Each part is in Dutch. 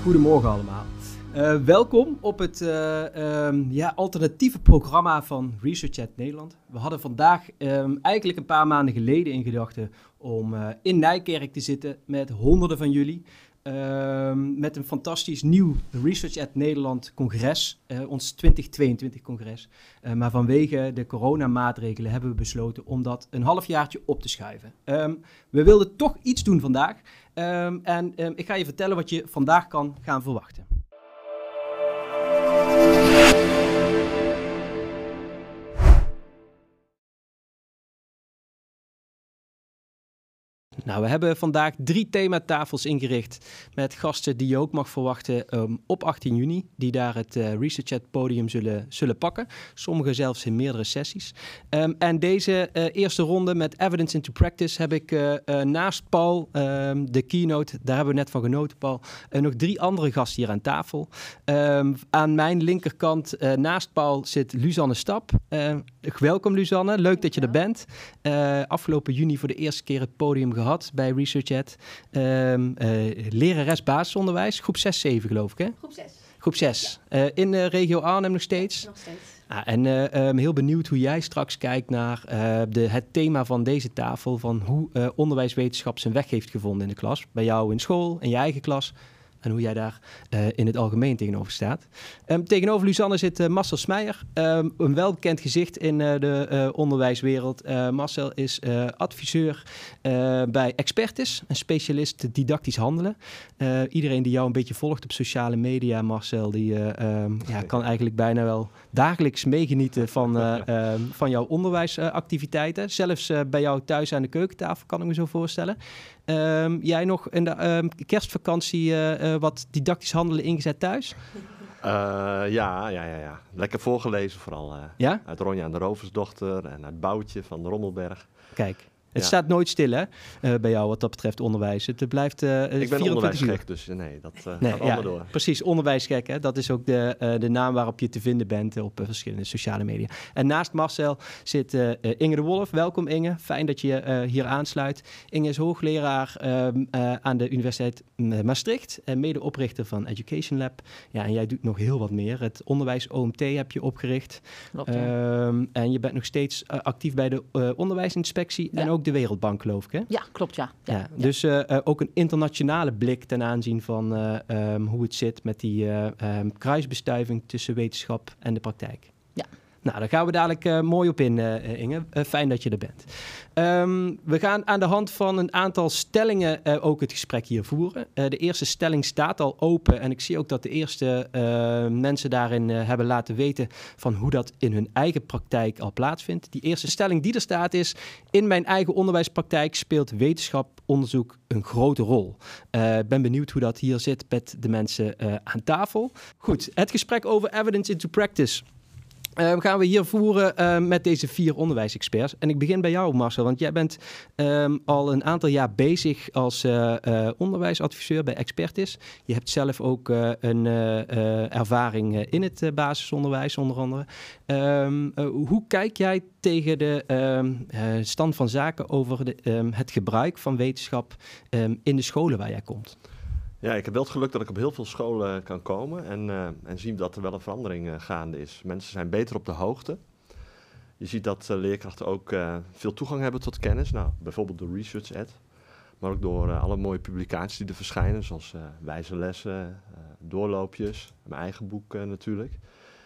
Goedemorgen allemaal. Welkom op het alternatieve programma van ResearchED Nederland. We hadden vandaag eigenlijk een paar maanden geleden in gedachten om in Nijkerk te zitten met honderden van jullie. Met een fantastisch nieuw ResearchED Nederland congres, ons 2022 congres. Maar vanwege de coronamaatregelen hebben we besloten om dat een halfjaartje op te schuiven. We wilden toch iets doen vandaag. Ik ga je vertellen wat je vandaag kan gaan verwachten. Nou, we hebben vandaag 3 thematafels ingericht met gasten die je ook mag verwachten op 18 juni. Die daar het ResearchED podium zullen pakken. Sommigen zelfs in meerdere sessies. En deze eerste ronde met Evidence into Practice heb ik naast Paul, de keynote, daar hebben we net van genoten Paul, nog 3 andere gasten hier aan tafel. Aan mijn linkerkant naast Paul zit Luzanne Stap. Welkom Luzanne, leuk dat je er bent. Afgelopen juni voor de eerste keer het podium gehad bij ResearchED. Lerares basisonderwijs, groep 6, 7 geloof ik hè? Groep 6. Ja. In de regio Arnhem nog steeds? Nog steeds. Heel benieuwd hoe jij straks kijkt naar het thema van deze tafel, van hoe onderwijswetenschap zijn weg heeft gevonden in de klas. Bij jou in school, in je eigen klas. En hoe jij daar in het algemeen tegenover staat. Tegenover Luzanne zit Marcel Smeijer. Een welbekend gezicht in de onderwijswereld. Marcel is adviseur bij Expertis. Een specialist didactisch handelen. Iedereen die jou een beetje volgt op sociale media, Marcel, die kan eigenlijk bijna wel dagelijks meegenieten van jouw onderwijsactiviteiten. Zelfs bij jou thuis aan de keukentafel, kan ik me zo voorstellen. Jij nog in de kerstvakantie wat didactisch handelen ingezet thuis? Ja. Lekker voorgelezen vooral. Ja? Uit Ronja en de Roversdochter en uit Boutje van de Rommelberg. Kijk. Het staat nooit stil, hè, bij jou wat dat betreft onderwijs. Het blijft ik ben onderwijsgek, dus dat gaat allemaal door. Precies, onderwijsgek, hè. Dat is ook de naam waarop je te vinden bent op verschillende sociale media. En naast Marcel zit Inge de Wolf. Welkom Inge, fijn dat je hier aansluit. Inge is hoogleraar aan de Universiteit Maastricht en medeoprichter van Education Lab. Ja, en jij doet nog heel wat meer. Het onderwijs OMT heb je opgericht. Klopt, ja. En je bent nog steeds actief bij de onderwijsinspectie en ook de Wereldbank, geloof ik, hè? Ja, klopt, ja. Dus ook een internationale blik ten aanzien van hoe het zit met die kruisbestuiving tussen wetenschap en de praktijk. Ja. Nou, daar gaan we dadelijk mooi op in, Inge. Fijn dat je er bent. We gaan aan de hand van een aantal stellingen ook het gesprek hier voeren. De eerste stelling staat al open en ik zie ook dat de eerste mensen daarin hebben laten weten van hoe dat in hun eigen praktijk al plaatsvindt. Die eerste stelling die er staat is: in mijn eigen onderwijspraktijk speelt wetenschap, onderzoek een grote rol. Ik ben benieuwd hoe dat hier zit met de mensen aan tafel. Goed, het gesprek over Evidence into Practice gaan we hier voeren met deze 4 onderwijsexperts. En ik begin bij jou, Marcel, want jij bent al een aantal jaar bezig als onderwijsadviseur bij Expertis. Je hebt zelf ook een ervaring in het basisonderwijs, onder andere. Hoe kijk jij tegen de stand van zaken over het gebruik van wetenschap in de scholen waar jij komt? Ja, ik heb wel het geluk dat ik op heel veel scholen kan komen en zien dat er wel een verandering gaande is. Mensen zijn beter op de hoogte. Je ziet dat leerkrachten ook veel toegang hebben tot kennis. Nou, bijvoorbeeld door ResearchED, maar ook door alle mooie publicaties die er verschijnen, zoals wijze lessen, doorloopjes, mijn eigen boek natuurlijk.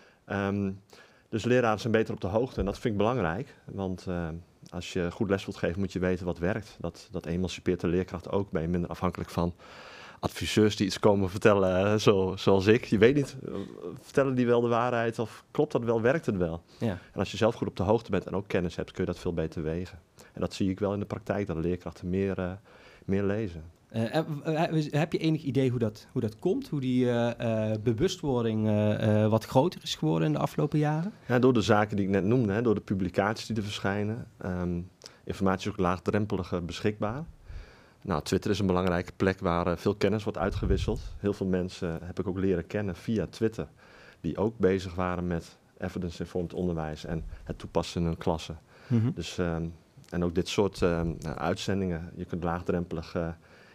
Dus leraren zijn beter op de hoogte en dat vind ik belangrijk, want als je goed les wilt geven moet je weten wat werkt. Dat emancipeert de leerkracht ook, ben je minder afhankelijk van adviseurs die iets komen vertellen zoals ik. Je weet niet, vertellen die wel de waarheid of klopt dat wel, werkt het wel? Ja. En als je zelf goed op de hoogte bent en ook kennis hebt, kun je dat veel beter wegen. En dat zie ik wel in de praktijk, dat de leerkrachten meer lezen. Heb je enig idee hoe dat komt? Hoe die bewustwording wat groter is geworden in de afgelopen jaren? Ja, door de zaken die ik net noemde, door de publicaties die er verschijnen. Informatie is ook laagdrempelig beschikbaar. Nou, Twitter is een belangrijke plek waar veel kennis wordt uitgewisseld. Heel veel mensen heb ik ook leren kennen via Twitter, die ook bezig waren met evidence-informed onderwijs en het toepassen in hun klassen. Mm-hmm. Dus, en ook dit soort uitzendingen, je kunt laagdrempelig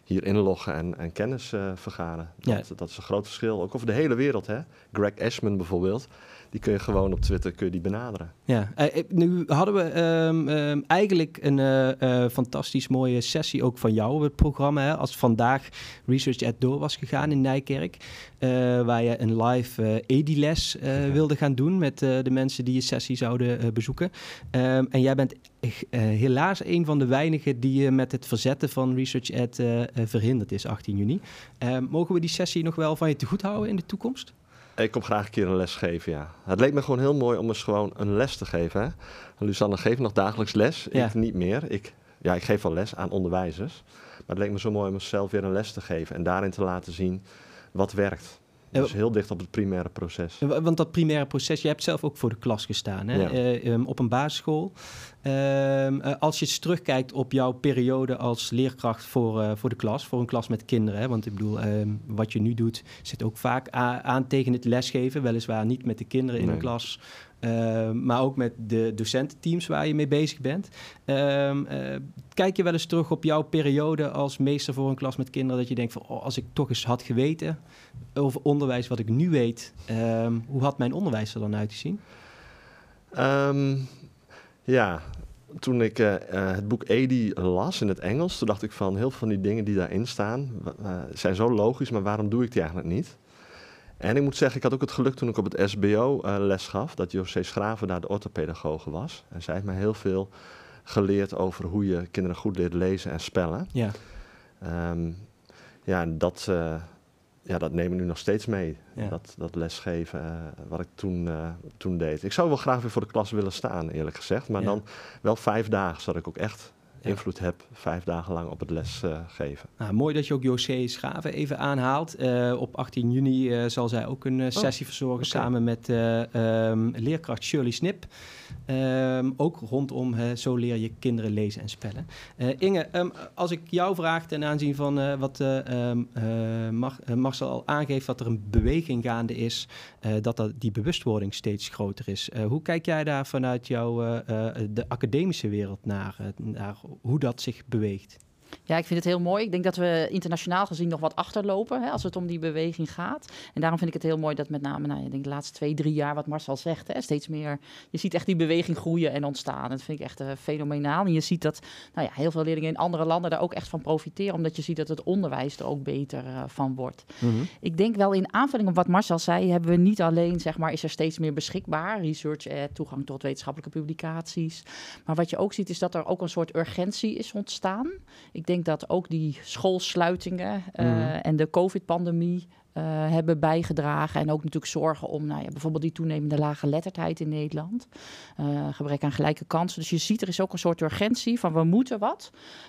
hier inloggen en kennis vergaren. Dat is een groot verschil. Ook over de hele wereld. Hè? Greg Ashman bijvoorbeeld. Die kun je gewoon op Twitter benaderen. Ja, nu hadden we eigenlijk een fantastisch mooie sessie ook van jou op het programma. Hè, als vandaag Research Ed door was gegaan in Nijkerk. Waar je een live EDI-les wilde gaan doen met de mensen die je sessie zouden bezoeken. En jij bent helaas een van de weinigen die met het verzetten van Research Ed verhinderd is 18 juni. Mogen we die sessie nog wel van je te goed houden in de toekomst? Ik kom graag een keer een les geven, ja. Het leek me gewoon heel mooi om eens gewoon een les te geven. Hè? Luzanne geeft nog dagelijks les, ik niet meer. Ik geef wel les aan onderwijzers. Maar het leek me zo mooi om zelf weer een les te geven en daarin te laten zien wat werkt. Dus heel dicht op het primaire proces. Want dat primaire proces, je hebt zelf ook voor de klas gestaan, hè? Ja. Op een basisschool. Als je eens terugkijkt op jouw periode als leerkracht voor de klas, voor een klas met kinderen. Hè? Want ik bedoel, wat je nu doet, zit ook vaak aan tegen het lesgeven. Weliswaar niet met de kinderen in de klas, maar ook met de docententeams waar je mee bezig bent. Kijk je wel eens terug op jouw periode als meester voor een klas met kinderen, dat je denkt van, als ik toch eens had geweten over onderwijs wat ik nu weet, hoe had mijn onderwijs er dan uitgezien? Toen ik het boek EDI las in het Engels, toen dacht ik van heel veel van die dingen die daarin staan, zijn zo logisch, maar waarom doe ik die eigenlijk niet? En ik moet zeggen, ik had ook het geluk toen ik op het SBO les gaf, dat José Schraven daar de orthopedagoge was. En zij heeft mij heel veel geleerd over hoe je kinderen goed leert lezen en spellen. Ja. Dat nemen we nu nog steeds mee, dat lesgeven wat ik toen deed. Ik zou wel graag weer voor de klas willen staan, eerlijk gezegd. Maar dan wel 5 dagen, zodat ik ook echt invloed heb 5 dagen lang op het lesgeven. Mooi dat je ook José Schraven even aanhaalt. Op 18 juni zal zij ook een sessie verzorgen samen met leerkracht Shirley Snip. Ook rondom zo leer je kinderen lezen en spellen. Inge, als ik jou vraag ten aanzien van wat Marcel al aangeeft, dat er een beweging gaande is, dat die bewustwording steeds groter is. Hoe kijk jij daar vanuit de academische wereld naar hoe dat zich beweegt? Ja, ik vind het heel mooi. Ik denk dat we internationaal gezien nog wat achterlopen, hè, als het om die beweging gaat. En daarom vind ik het heel mooi dat met name, ik denk de laatste 2-3 jaar, wat Marcel zegt, hè, steeds meer, je ziet echt die beweging groeien en ontstaan. Dat vind ik echt fenomenaal. En je ziet dat heel veel leerlingen in andere landen daar ook echt van profiteren, omdat je ziet dat het onderwijs er ook beter van wordt. Mm-hmm. Ik denk wel in aanvulling op wat Marcel zei, hebben we niet alleen, is er steeds meer beschikbaar, research, toegang tot wetenschappelijke publicaties. Maar wat je ook ziet is dat er ook een soort urgentie is ontstaan. Ik denk dat ook die schoolsluitingen en de COVID-pandemie hebben bijgedragen. En ook natuurlijk zorgen om bijvoorbeeld die toenemende lage geletterdheid in Nederland. Gebrek aan gelijke kansen. Dus je ziet, er is ook een soort urgentie van we moeten wat.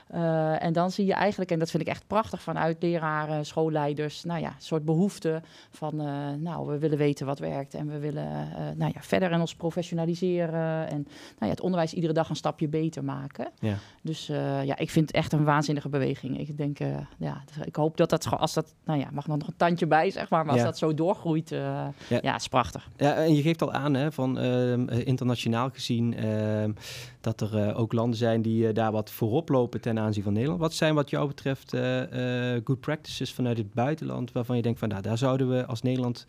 En dan zie je eigenlijk, en dat vind ik echt prachtig vanuit leraren, schoolleiders, een soort behoefte van we willen weten wat werkt en we willen verder en ons professionaliseren en het onderwijs iedere dag een stapje beter maken. Ja. Dus ik vind het echt een waanzinnige beweging. Ik denk, ik hoop dat als dat, mag nog een tandje bij, zeg maar als dat zo doorgroeit, is prachtig. Ja, en je geeft al aan, hè, van internationaal gezien, dat er ook landen zijn die daar wat voorop lopen ten aanzien van Nederland. Wat zijn wat jou betreft good practices vanuit het buitenland, waarvan je denkt van daar zouden we als Nederland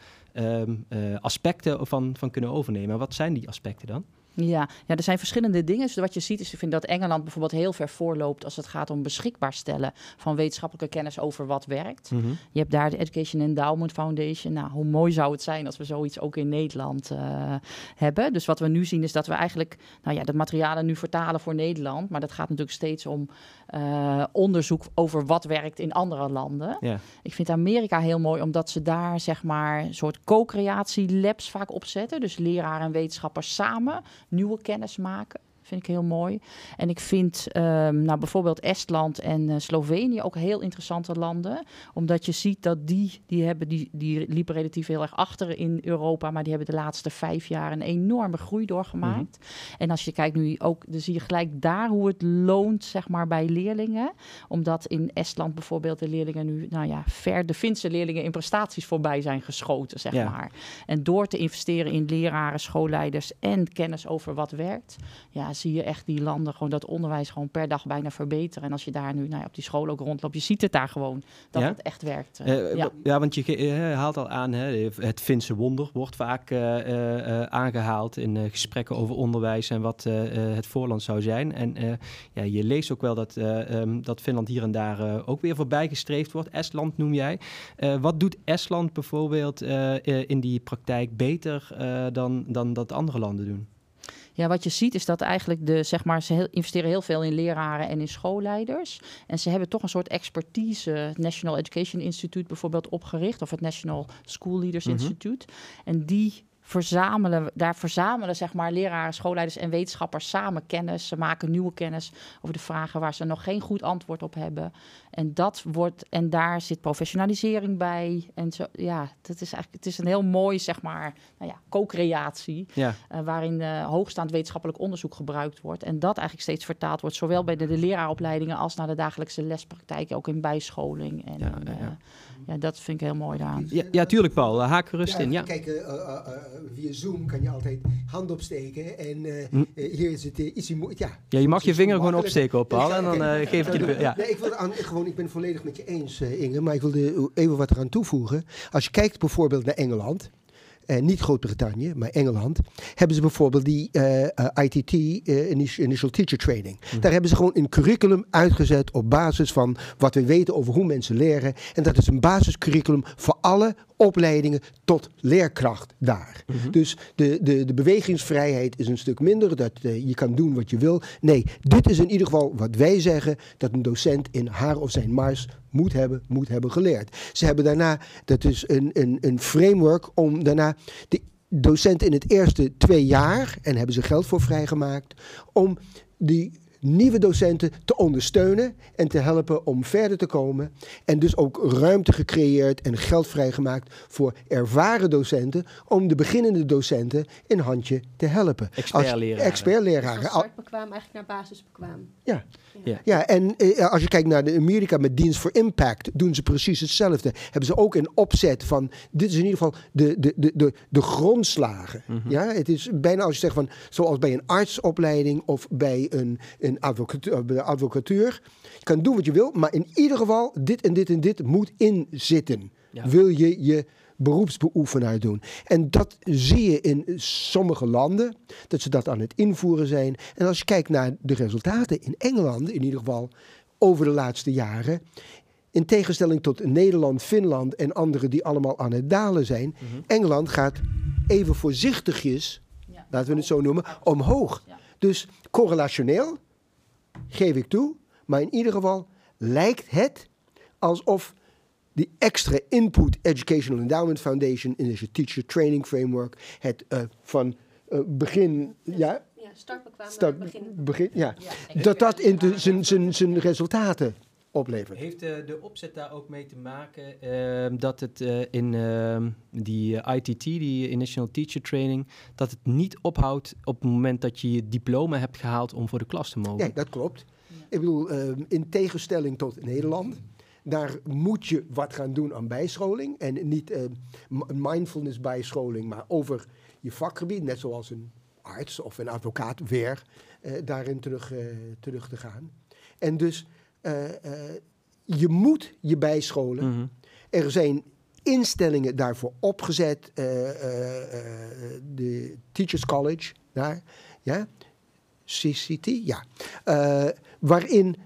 aspecten van kunnen overnemen. Wat zijn die aspecten dan? Ja, er zijn verschillende dingen. Dus wat je ziet is, ik vind dat Engeland bijvoorbeeld heel ver voorloopt als het gaat om beschikbaar stellen van wetenschappelijke kennis over wat werkt. Mm-hmm. Je hebt daar de Education Endowment Foundation. Nou, hoe mooi zou het zijn als we zoiets ook in Nederland hebben. Dus wat we nu zien is dat we eigenlijk de materialen nu vertalen voor Nederland. Maar dat gaat natuurlijk steeds om onderzoek over wat werkt in andere landen. Yeah. Ik vind Amerika heel mooi omdat ze daar een soort co-creatie-labs vaak opzetten. Dus leraren en wetenschappers samen nieuwe kennis maken. Vind ik heel mooi. En ik vind bijvoorbeeld Estland en Slovenië ook heel interessante landen. Omdat je ziet dat die liepen relatief heel erg achter in Europa. Maar die hebben de laatste 5 jaar een enorme groei doorgemaakt. Mm-hmm. En als je kijkt nu ook, dan zie je gelijk daar hoe het loont, bij leerlingen. Omdat in Estland bijvoorbeeld de leerlingen nu, ver de Finse leerlingen in prestaties voorbij zijn geschoten, maar. En door te investeren in leraren, schoolleiders en kennis over wat werkt, zie je echt die landen gewoon dat onderwijs gewoon per dag bijna verbeteren. En als je daar nu op die school ook rondloopt, je ziet het daar gewoon dat het echt werkt. Ja, want je haalt al aan, het Finse wonder wordt vaak aangehaald in gesprekken over onderwijs en wat het voorland zou zijn. En je leest ook wel dat Finland hier en daar ook weer voorbij gestreefd wordt. Estland noem jij. Wat doet Estland bijvoorbeeld in die praktijk beter dan dat andere landen doen? Ja, wat je ziet is dat eigenlijk ze investeren heel veel in leraren en in schoolleiders. En ze hebben toch een soort expertise, het National Education Institute bijvoorbeeld opgericht, of het National School Leaders Institute. En die verzamelen zeg maar leraren, schoolleiders en wetenschappers samen kennis. Ze maken nieuwe kennis over de vragen waar ze nog geen goed antwoord op hebben. En daar zit professionalisering bij. En zo, het is een heel mooi, zeg maar, co-creatie. Ja. Waarin hoogstaand wetenschappelijk onderzoek gebruikt wordt. En dat eigenlijk steeds vertaald wordt, zowel bij de leraaropleidingen als naar de dagelijkse lespraktijk, ook in bijscholing. En dat vind ik heel mooi daaraan. Ja, tuurlijk, Paul. Haak gerust in. Ja. Kijk, via Zoom kan je altijd hand opsteken. En hier is het ietsje moeilijk. Ja, je mag je vinger gewoon opsteken, Paul. En dan geef ik je de beurt. Ja. Nee, ik ben het volledig met je eens, Inge. Maar ik wilde even wat eraan toevoegen. Als je kijkt bijvoorbeeld naar Engeland. Niet Groot-Brittannië, maar Engeland, hebben ze bijvoorbeeld die ITT, Initial Teacher Training. Daar hebben ze gewoon een curriculum uitgezet op basis van wat we weten over hoe mensen leren. En dat is een basiscurriculum voor alle opleidingen tot leerkracht daar. Dus de bewegingsvrijheid is een stuk minder, dat je kan doen wat je wil. Nee, dit is in ieder geval wat wij zeggen, dat een docent in haar of zijn mars moet hebben geleerd. Ze hebben daarna, dat is een framework om daarna de docenten in het eerste 2 jaar, en hebben ze geld voor vrijgemaakt, om die nieuwe docenten te ondersteunen en te helpen om verder te komen. En dus ook ruimte gecreëerd en geld vrijgemaakt voor ervaren docenten om de beginnende docenten een handje te helpen. Expertleraren. Van startbekwaam eigenlijk naar basisbekwaam. Ja, en als je kijkt naar Amerika met Dienst voor Impact, doen ze precies hetzelfde. Hebben ze ook een opzet van, dit is in ieder geval de grondslagen. Ja, het is bijna als je zegt van, zoals bij een artsopleiding of bij een advocatuur. Je kan doen wat je wil, maar in ieder geval dit en dit en dit moet inzitten. Ja. Wil je beroepsbeoefenaar doen. En dat zie je in sommige landen, dat ze dat aan het invoeren zijn. En als je kijkt naar de resultaten in Engeland, in ieder geval over de laatste jaren, in tegenstelling tot Nederland, Finland en anderen die allemaal aan het dalen zijn, Engeland gaat even voorzichtigjes, laten we het zo noemen, omhoog. Ja. Dus correlationeel, geef ik toe, maar in ieder geval lijkt het alsof die extra input Educational Endowment Foundation in deze Teacher Training Framework, het van begin, startbekwaam begin, dat in zijn resultaten oplevert. Heeft de opzet daar ook mee te maken dat het in die ITT, die Initial Teacher Training, dat het niet ophoudt op het moment dat je je diploma hebt gehaald om voor de klas te mogen? Ja, dat klopt. Ja. Ik bedoel, in tegenstelling tot Nederland, daar moet je wat gaan doen aan bijscholing. En niet mindfulness bijscholing, maar over je vakgebied, net zoals een arts of een advocaat weer daarin terug te gaan. En dus je moet je bijscholen. Er zijn instellingen daarvoor opgezet. De Teachers College daar, ja, CCT, ja, waarin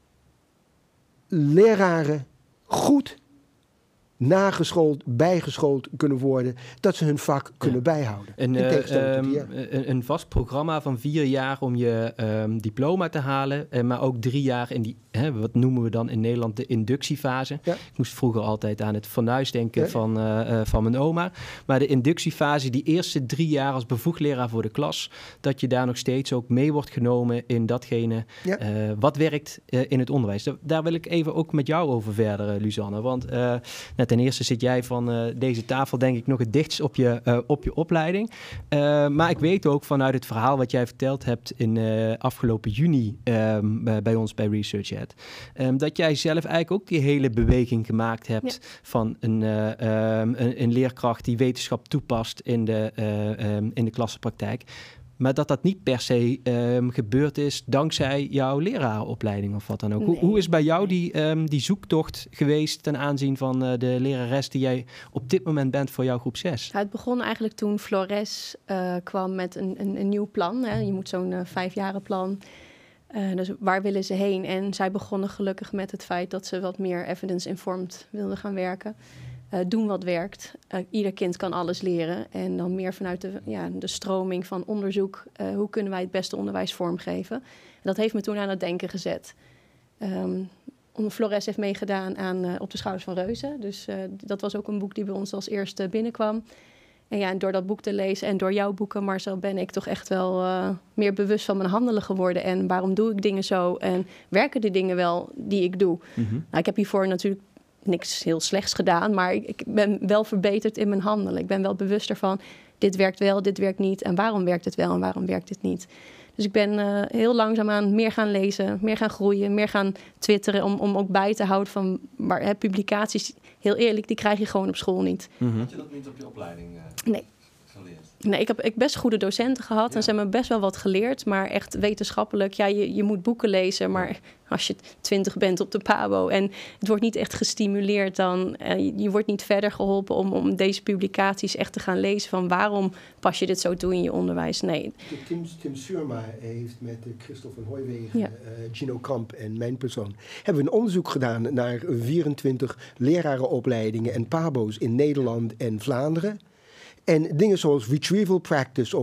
leraren goed nageschoold, bijgeschoold kunnen worden, dat ze hun vak kunnen bijhouden. Een vast programma van 4 jaar om je diploma te halen, maar ook 3 jaar in die, wat noemen we dan in Nederland de inductiefase. Ja. Ik moest vroeger altijd aan het fornuis denken van mijn oma. Maar de inductiefase, die eerste 3 jaar als bevoegd leraar voor de klas, dat je daar nog steeds ook mee wordt genomen in datgene wat werkt in het onderwijs. Daar wil ik even ook met jou over verder, Luzanne. Want ten eerste zit jij van deze tafel denk ik nog het dichtst op je opleiding. Maar ik weet ook vanuit het verhaal wat jij verteld hebt in afgelopen juni bij ons bij ResearchED, dat jij zelf eigenlijk ook die hele beweging gemaakt hebt van een leerkracht die wetenschap toepast in de klassenpraktijk. maar dat niet per se gebeurd is dankzij jouw lerarenopleiding of wat dan ook. Nee. Hoe is bij jou die zoektocht geweest ten aanzien van de lerares die jij op dit moment bent voor jouw groep 6? Het begon eigenlijk toen Flores kwam met een nieuw plan. Hè. Je moet zo'n 5-jarenplan. Dus waar willen ze heen? En zij begonnen gelukkig met het feit dat ze wat meer evidence-informed wilden gaan werken. Doen wat werkt. Ieder kind kan alles leren. En dan meer vanuit de stroming van onderzoek. Hoe kunnen wij het beste onderwijs vormgeven? En dat heeft me toen aan het denken gezet. Flores heeft meegedaan aan Op de schouders van reuzen. Dus dat was ook een boek die bij ons als eerste binnenkwam. En door dat boek te lezen en door jouw boeken, Marcel, ben ik toch echt wel meer bewust van mijn handelen geworden. En waarom doe ik dingen zo? En werken de dingen wel die ik doe? Mm-hmm. Nou, ik heb hiervoor natuurlijk niks heel slechts gedaan, maar ik ben wel verbeterd in mijn handelen. Ik ben wel bewuster van, dit werkt wel, dit werkt niet. En waarom werkt het wel en waarom werkt het niet? Dus ik ben heel langzaamaan meer gaan lezen, meer gaan groeien, meer gaan twitteren om ook bij te houden van publicaties. Heel eerlijk, die krijg je gewoon op school niet. Mm-hmm. Had je dat niet op je opleiding Nee. geleerd? Nee, ik heb best goede docenten gehad en ze hebben me best wel wat geleerd. Maar echt wetenschappelijk, je moet boeken lezen. Maar als je 20 bent op de PABO en het wordt niet echt gestimuleerd, dan je wordt niet verder geholpen om deze publicaties echt te gaan lezen. Van waarom pas je dit zo toe in je onderwijs? Nee. Tim Surma heeft met Christophe van Hooijwegen, Gino Kamp en mijn persoon, hebben we een onderzoek gedaan naar 24 lerarenopleidingen en PABO's in Nederland en Vlaanderen. En dingen zoals retrieval practice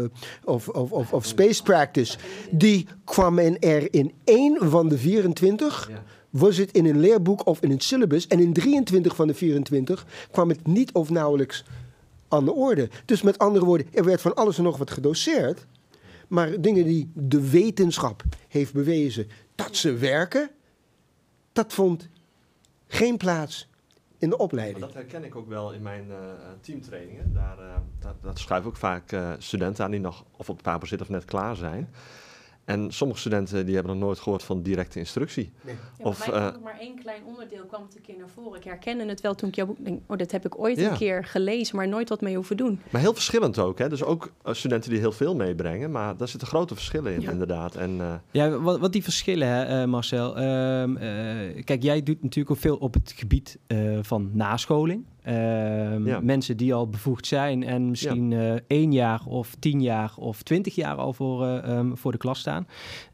of space practice, die kwamen er in 1 van de 24, was het in een leerboek of in het syllabus. En in 23 van de 24 kwam het niet of nauwelijks aan de orde. Dus met andere woorden, er werd van alles en nog wat gedoseerd. Maar dingen die de wetenschap heeft bewezen dat ze werken, dat vond geen plaats in de opleiding. Maar dat herken ik ook wel in mijn teamtrainingen. Daar schuiven ook vaak studenten aan die nog of op de PABO zitten of net klaar zijn. En sommige studenten die hebben nog nooit gehoord van directe instructie. Nee. Ja, of, maar één klein onderdeel kwam het een keer naar voren. Ik herkende het wel toen ik jouw boek denk, dat heb ik ooit een keer gelezen, maar nooit wat mee hoeven doen. Maar heel verschillend ook, hè? Dus ook studenten die heel veel meebrengen, maar daar zitten grote verschillen in, inderdaad. En, wat die verschillen, hè, Marcel. Kijk, jij doet natuurlijk ook veel op het gebied van nascholing. Mensen die al bevoegd zijn en misschien 1 jaar of 10 jaar of 20 jaar al voor de klas staan.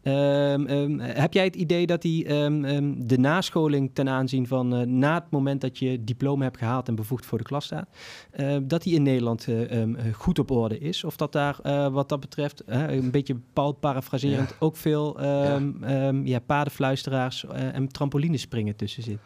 Heb jij het idee dat de nascholing ten aanzien van na het moment dat je diploma hebt gehaald en bevoegd voor de klas staat, dat die in Nederland goed op orde is? Of dat daar wat dat betreft, een beetje Paul parafraserend, ook veel paardenfluisteraars en trampolinespringen tussen zit?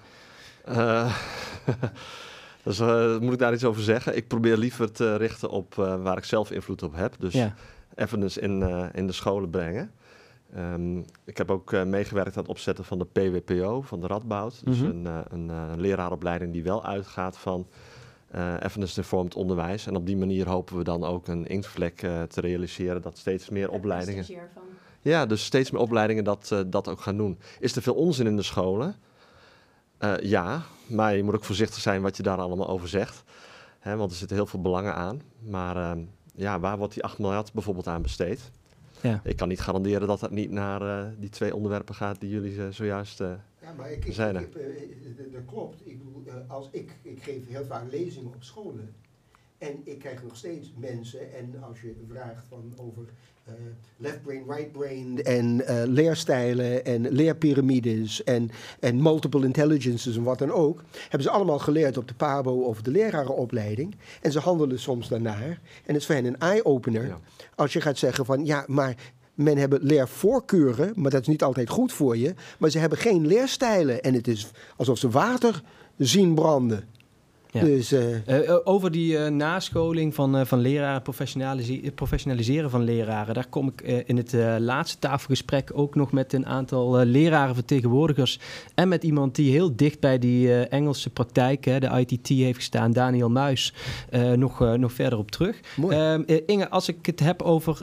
Dus moet ik daar iets over zeggen? Ik probeer liever te richten op waar ik zelf invloed op heb. Dus evidence in de scholen brengen. Ik heb ook meegewerkt aan het opzetten van de PWPO van de Radboud. Dus een leraaropleiding die wel uitgaat van evidence-informed onderwijs. En op die manier hopen we dan ook een inktvlek te realiseren dat steeds meer opleidingen... Ja, dus steeds meer opleidingen dat ook gaan doen. Is er veel onzin in de scholen? Ja, maar je moet ook voorzichtig zijn wat je daar allemaal over zegt. Hè, want er zitten heel veel belangen aan. Maar waar wordt die 8 miljard bijvoorbeeld aan besteed? Ja. Ik kan niet garanderen dat dat niet naar die 2 onderwerpen gaat die jullie zojuist zeiden. Dat klopt. Ik bedoel, ik geef heel vaak lezingen op scholen. En ik krijg nog steeds mensen, en als je vraagt over left brain, right brain en leerstijlen en leerpyramides en multiple intelligences en wat dan ook, hebben ze allemaal geleerd op de PABO of de lerarenopleiding. En ze handelen soms daarnaar. En het is voor hen een eye-opener als je gaat zeggen van maar men hebben leervoorkeuren, maar dat is niet altijd goed voor je. Maar ze hebben geen leerstijlen en het is alsof ze water zien branden. Ja. Dus, over die nascholing van leraren, professionaliseren van leraren, daar kom ik in het laatste tafelgesprek ook nog met een aantal lerarenvertegenwoordigers en met iemand die heel dicht bij die Engelse praktijk, de ITT, heeft gestaan, Daniel Muis, nog verder op terug. Inge, als ik het heb over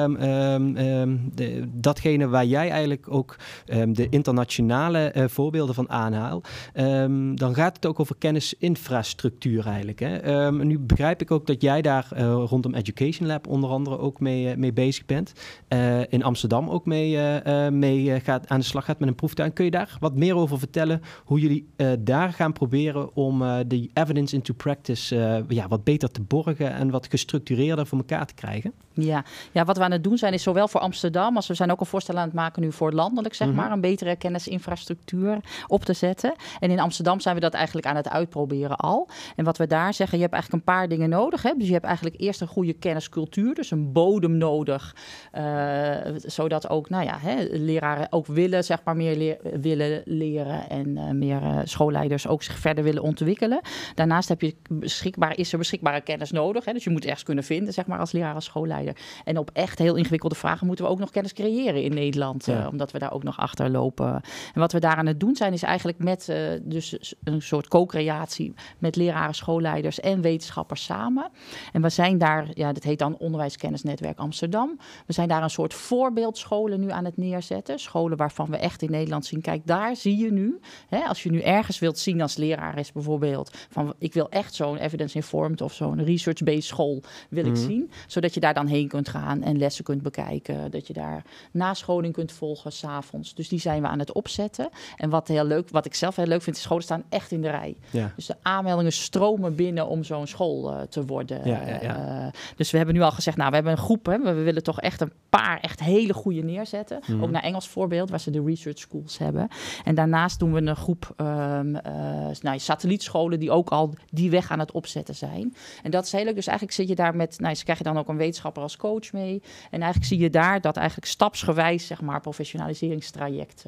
datgene waar jij eigenlijk ook de internationale voorbeelden van aanhaalt, dan gaat het ook over kennisinfrastructuur. infrastructuur eigenlijk. Hè? Nu begrijp ik ook dat jij daar rondom Education Lab onder andere ook mee bezig bent. In Amsterdam ook mee aan de slag gaat met een proeftuin. Kun je daar wat meer over vertellen hoe jullie daar gaan proberen om de evidence into practice wat beter te borgen en wat gestructureerder voor elkaar te krijgen? Ja, wat we aan het doen zijn is zowel voor Amsterdam als we zijn ook een voorstel aan het maken nu voor landelijk, zeg maar, een betere kennisinfrastructuur op te zetten. En in Amsterdam zijn we dat eigenlijk aan het uitproberen al. En wat we daar zeggen, je hebt eigenlijk een paar dingen nodig. Hè? Dus je hebt eigenlijk eerst een goede kenniscultuur, dus een bodem nodig, zodat ook, leraren ook willen, zeg maar, meer willen leren en meer schoolleiders ook zich verder willen ontwikkelen. Daarnaast is er beschikbare kennis nodig. Hè? Dus je moet ergens kunnen vinden, zeg maar, als leraar, als schoolleider. En op echt heel ingewikkelde vragen moeten we ook nog kennis creëren in Nederland. Omdat we daar ook nog achter lopen. En wat we daar aan het doen zijn is eigenlijk met dus een soort co-creatie met leraren, schoolleiders en wetenschappers samen. En we zijn daar, dat heet dan Onderwijskennisnetwerk Amsterdam. We zijn daar een soort voorbeeldscholen nu aan het neerzetten. Scholen waarvan we echt in Nederland zien, kijk, daar zie je nu. Hè, als je nu ergens wilt zien als leraar is bijvoorbeeld, van ik wil echt zo'n evidence-informed of zo'n research-based school wil ik zien. Zodat je daar dan heen kunt gaan en lessen kunt bekijken. Dat je daar nascholing kunt volgen 's avonds. Dus die zijn we aan het opzetten. En wat ik zelf heel leuk vind, is scholen staan echt in de rij. Ja. Dus de aanmeldingen stromen binnen om zo'n school te worden. Dus we hebben nu al gezegd, we hebben een groep. Hè, we willen toch echt een paar echt hele goede neerzetten. Ook naar Engels voorbeeld, waar ze de research schools hebben. En daarnaast doen we een groep satellietscholen die ook al die weg aan het opzetten zijn. En dat is heel leuk. Dus eigenlijk zit je daar met, ze krijg je dan ook een wetenschapper als coach mee. En eigenlijk zie je daar dat eigenlijk stapsgewijs, zeg maar, professionaliseringstraject.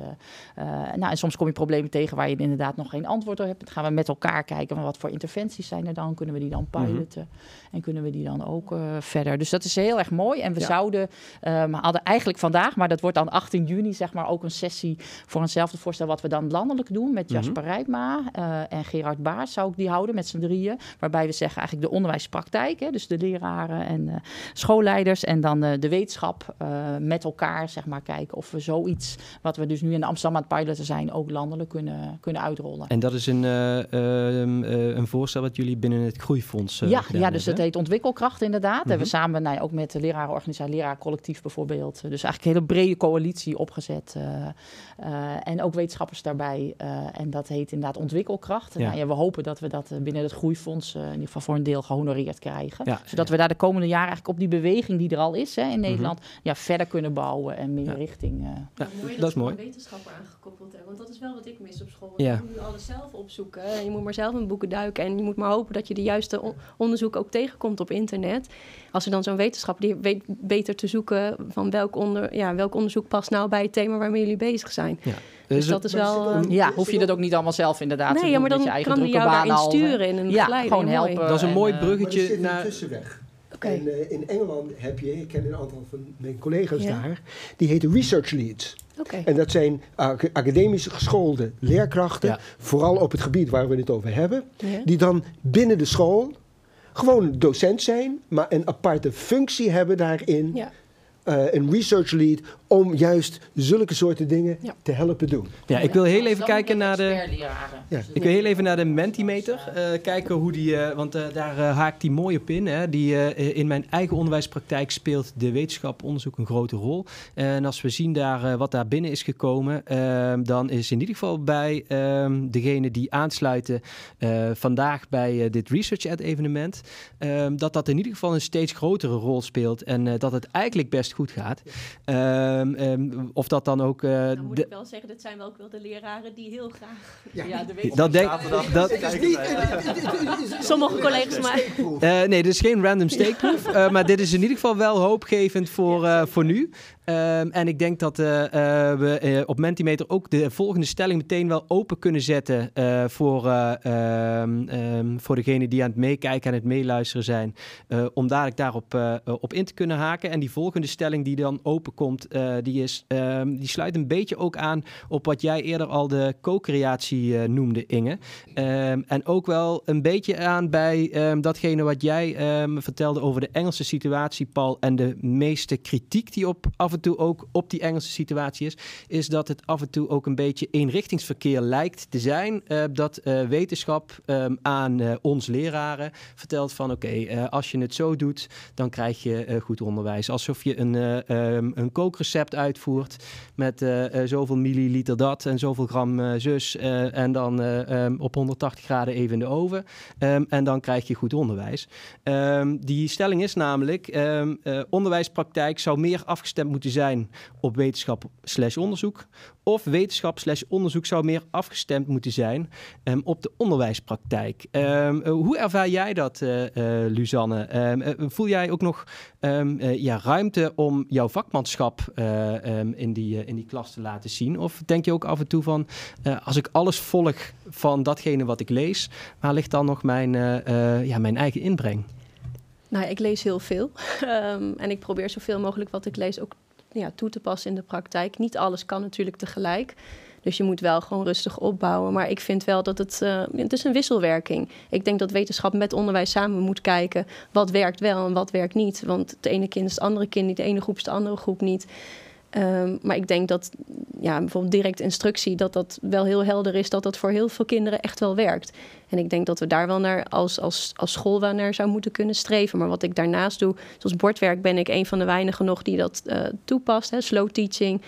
En soms kom je problemen tegen waar je inderdaad nog geen antwoord op hebt. Dan gaan we met elkaar kijken, wat voor interventies zijn er dan? Kunnen we die dan piloten? En kunnen we die dan ook verder? Dus dat is heel erg mooi. En we hadden eigenlijk vandaag, maar dat wordt dan 18 juni, zeg maar, ook een sessie voor eenzelfde voorstel wat we dan landelijk doen met Jasper Rijpma en Gerard Baars zou ik die houden met z'n drieën. Waarbij we zeggen eigenlijk de onderwijspraktijk, hè, dus de leraren en schoolleiders en dan de wetenschap met elkaar, zeg maar, kijken of we zoiets, wat we dus nu in Amsterdam aan het piloten zijn, ook landelijk kunnen uitrollen. En dat is een voorstel wat jullie binnen het Groeifonds gedaan dus het heet Ontwikkelkracht inderdaad. En we samen ook met de lerarenorganisatie, leraarcollectief bijvoorbeeld. Dus eigenlijk een hele brede coalitie opgezet. En ook wetenschappers daarbij. En dat heet inderdaad Ontwikkelkracht. Ja. We hopen dat we dat binnen het Groeifonds in ieder geval voor een deel gehonoreerd krijgen. Ja, zodat we daar de komende jaren eigenlijk op die beweging die er al is in Nederland, verder kunnen bouwen en meer richting. Mooi dat is mooi. Wetenschapper aangekoppeld hebben, want dat is wel wat ik mis op school. Je moet alles zelf opzoeken. Je moet maar zelf in boeken duiken en je moet maar hopen dat je de juiste onderzoek ook tegenkomt op internet. Als er dan zo'n wetenschapper die weet beter te zoeken van welk onderzoek past nou bij het thema waarmee jullie bezig zijn. Ja. Dus dat is wel... hoef je dat ook niet allemaal zelf inderdaad te doen. Nee, maar dan kan hij jou daarin sturen in een begeleiding. Gewoon helpen. Dat is een mooi bruggetje maar er zit een tussenweg. Okay. En in Engeland heb je, ik ken een aantal van mijn collega's daar, die heten research leads. Okay. En dat zijn academisch geschoolde leerkrachten, vooral op het gebied waar we het over hebben, die dan binnen de school gewoon docent zijn, maar een aparte functie hebben daarin. Ja. Een research lead om juist zulke soorten dingen te helpen doen. Ja, ik wil heel even kijken naar ik wil heel even naar de Mentimeter kijken hoe die, want daar haakt die mooi op in. Hè. In mijn eigen onderwijspraktijk speelt de wetenschap onderzoek een grote rol. En als we zien daar wat daar binnen is gekomen, dan is in ieder geval bij degene die aansluiten vandaag bij dit Research Ad evenement, dat in ieder geval een steeds grotere rol speelt en dat het eigenlijk best goed gaat. Of dat dan ook... dan moet ik wel zeggen, dat zijn wel ook wel de leraren die heel graag... Sommige collega's maar... nee, dit is geen random steekproef. Maar dit is in ieder geval wel hoopgevend voor nu. En ik denk dat we op Mentimeter ook de volgende stelling meteen wel open kunnen zetten voor degenen die aan het meekijken en het meeluisteren zijn. Om dadelijk daarop op in te kunnen haken. En die volgende stelling die dan open komt, die sluit een beetje ook aan op wat jij eerder al de co-creatie noemde, Inge. En ook wel een beetje aan bij datgene wat jij vertelde over de Engelse situatie, Paul, en de meeste kritiek die af en en toe ook op die Engelse situatie is dat het af en toe ook een beetje eenrichtingsverkeer lijkt te zijn. Dat wetenschap aan ons leraren vertelt van oké, als je het zo doet, dan krijg je goed onderwijs. Alsof je een kookrecept uitvoert met zoveel milliliter dat en zoveel gram zus en dan op 180 graden even in de oven. En dan krijg je goed onderwijs. Die stelling is namelijk, onderwijspraktijk zou meer afgestemd moeten zijn op wetenschap/onderzoek. Of wetenschap/onderzoek zou meer afgestemd moeten zijn op de onderwijspraktijk. Hoe ervaar jij dat, Luzanne? Voel jij ook nog ruimte om jouw vakmanschap in die klas te laten zien? Of denk je ook af en toe van, als ik alles volg van datgene wat ik lees, waar ligt dan nog mijn eigen inbreng? Nou, ik lees heel veel. En ik probeer zoveel mogelijk wat ik lees ook toe te passen in de praktijk. Niet alles kan natuurlijk tegelijk. Dus je moet wel gewoon rustig opbouwen. Maar ik vind wel dat het is een wisselwerking. Ik denk dat wetenschap met onderwijs samen moet kijken. Wat werkt wel en wat werkt niet. Want het ene kind is het andere kind niet. De ene groep is de andere groep niet. Maar ik denk dat bijvoorbeeld directe instructie, dat wel heel helder is, dat voor heel veel kinderen echt wel werkt. En ik denk dat we daar wel naar als school wel naar zou moeten kunnen streven. Maar wat ik daarnaast doe, zoals bordwerk, ben ik een van de weinigen nog die dat toepast. Slow teaching.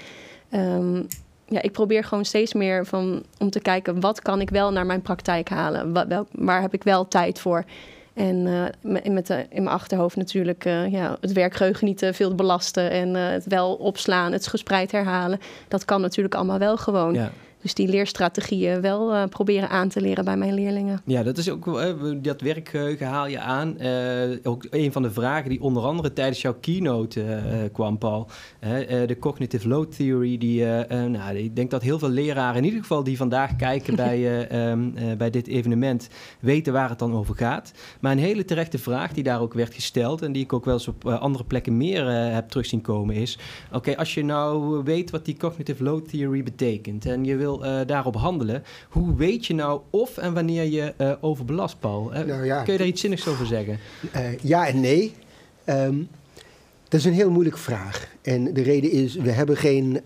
Ik probeer gewoon steeds meer om te kijken, wat kan ik wel naar mijn praktijk halen? Waar heb ik wel tijd voor? En in mijn achterhoofd natuurlijk het werkgeheugen niet te veel belasten en het wel opslaan, het gespreid herhalen. Dat kan natuurlijk allemaal wel gewoon. Ja. Dus die leerstrategieën wel proberen aan te leren bij mijn leerlingen. Ja, dat is ook dat werkgeheugen haal je aan. Ook een van de vragen die onder andere tijdens jouw keynote kwam, Paul. De cognitive load theory. Ik denk dat heel veel leraren, in ieder geval die vandaag kijken bij dit evenement, weten waar het dan over gaat. Maar een hele terechte vraag die daar ook werd gesteld en die ik ook wel eens op andere plekken meer heb terug zien komen is, oké, als je nou weet wat die cognitive load theory betekent en je wil daarop handelen. Hoe weet je nou of en wanneer je overbelast, Paul? Kun je daar iets zinnigs over zeggen? Ja en nee. Dat is een heel moeilijke vraag. En de reden is, we hebben geen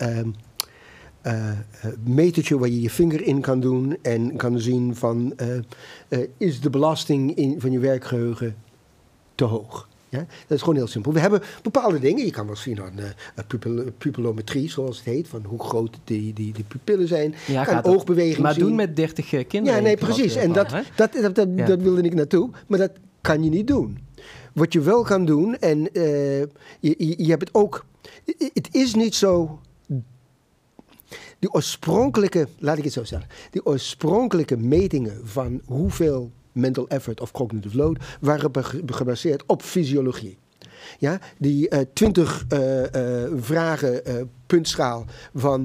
metertje waar je je vinger in kan doen en kan zien van, is de belasting van je werkgeheugen te hoog? Ja, dat is gewoon heel simpel. We hebben bepaalde dingen. Je kan wel zien aan pupillometrie, zoals het heet. Van hoe groot die pupillen zijn. Ja, kan oogbeweging maar zien. doen met 30 kinderen. Ja, nee, precies. En dat wilde ik naartoe. Maar dat kan je niet doen. Wat je wel kan doen, en je hebt het ook. Het is niet zo. Die oorspronkelijke, laat ik het zo zeggen. Die oorspronkelijke metingen van hoeveel mental effort of cognitive load waren gebaseerd op fysiologie. Ja, die 20 vragen puntschaal van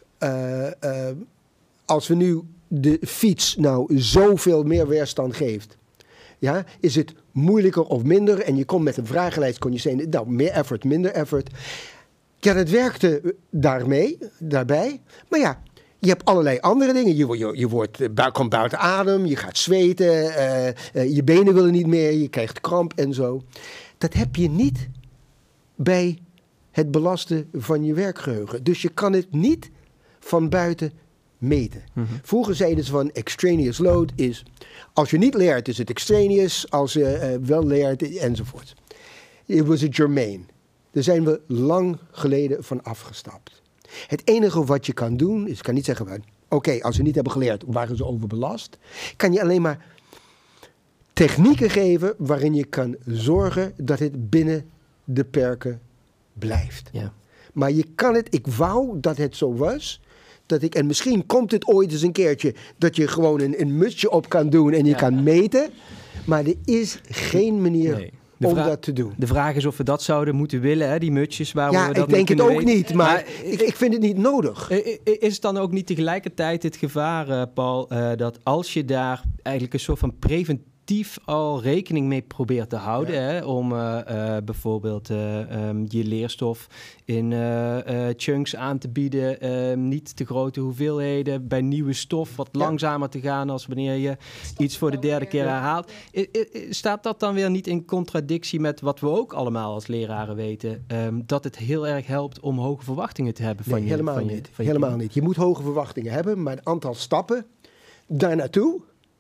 als we nu de fiets nou zoveel meer weerstand geeft, ja, is het moeilijker of minder? En je komt met een vragenlijst, kon je zeggen, nou, meer effort, minder effort. Ja, dat werkte daarbij. Maar ja, je hebt allerlei andere dingen. Je komt buiten adem, je gaat zweten, je benen willen niet meer, je krijgt kramp en zo. Dat heb je niet bij het belasten van je werkgeheugen. Dus je kan het niet van buiten meten. Mm-hmm. Vroeger zeiden ze van extraneous load is, als je niet leert is het extraneous, als je wel leert enzovoort. It was a germane. Daar zijn we lang geleden van afgestapt. Het enige wat je kan doen, is, ik kan niet zeggen, oké, als we niet hebben geleerd, waren ze overbelast. Kan je alleen maar technieken geven waarin je kan zorgen dat het binnen de perken blijft. Ja. Maar je kan het, ik wou dat het zo was, en misschien komt het ooit eens een keertje, dat je gewoon een mutsje op kan doen en je kan meten. Maar er is geen manier om dat te doen. De vraag is of we dat zouden moeten willen, hè? Die mutsjes waar we dat ik denk het ook niet, maar ik vind het niet nodig. Is het dan ook niet tegelijkertijd het gevaar, Paul, dat als je daar eigenlijk een soort van actief al rekening mee probeert te houden. Hè, om bijvoorbeeld je leerstof in chunks aan te bieden. Niet te grote hoeveelheden. Bij nieuwe stof wat langzamer te gaan als wanneer je iets voor de derde keer herhaalt. Staat dat dan weer niet in contradictie met wat we ook allemaal als leraren weten? Dat het heel erg helpt om hoge verwachtingen te hebben van je. Helemaal niet. Je moet hoge verwachtingen hebben, maar het aantal stappen daar naartoe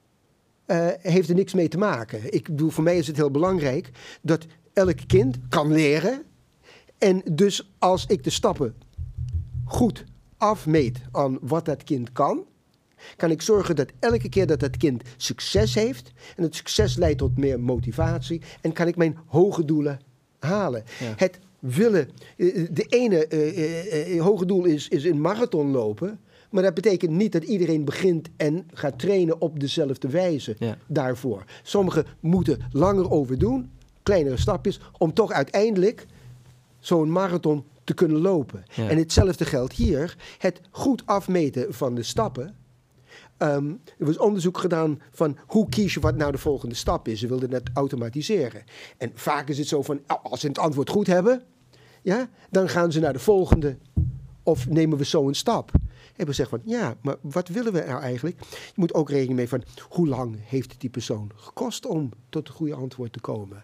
heeft er niks mee te maken. Ik bedoel, voor mij is het heel belangrijk dat elk kind kan leren. En dus als ik de stappen goed afmeet aan wat dat kind kan ik zorgen dat elke keer dat kind succes heeft. En het succes leidt tot meer motivatie. En kan ik mijn hoge doelen halen. Ja. Het willen, de ene hoge doel is een marathon lopen. Maar dat betekent niet dat iedereen begint en gaat trainen op dezelfde wijze daarvoor. Sommigen moeten langer over doen, kleinere stapjes, om toch uiteindelijk zo'n marathon te kunnen lopen. Ja. En hetzelfde geldt hier. Het goed afmeten van de stappen. Er was onderzoek gedaan van hoe kies je wat nou de volgende stap is. Ze wilden het automatiseren. En vaak is het zo van, als ze het antwoord goed hebben, dan gaan ze naar de volgende of nemen we zo een stap. En we zeggen van, ja, maar wat willen we nou eigenlijk? Je moet ook rekening mee van, hoe lang heeft het die persoon gekost om tot een goede antwoord te komen?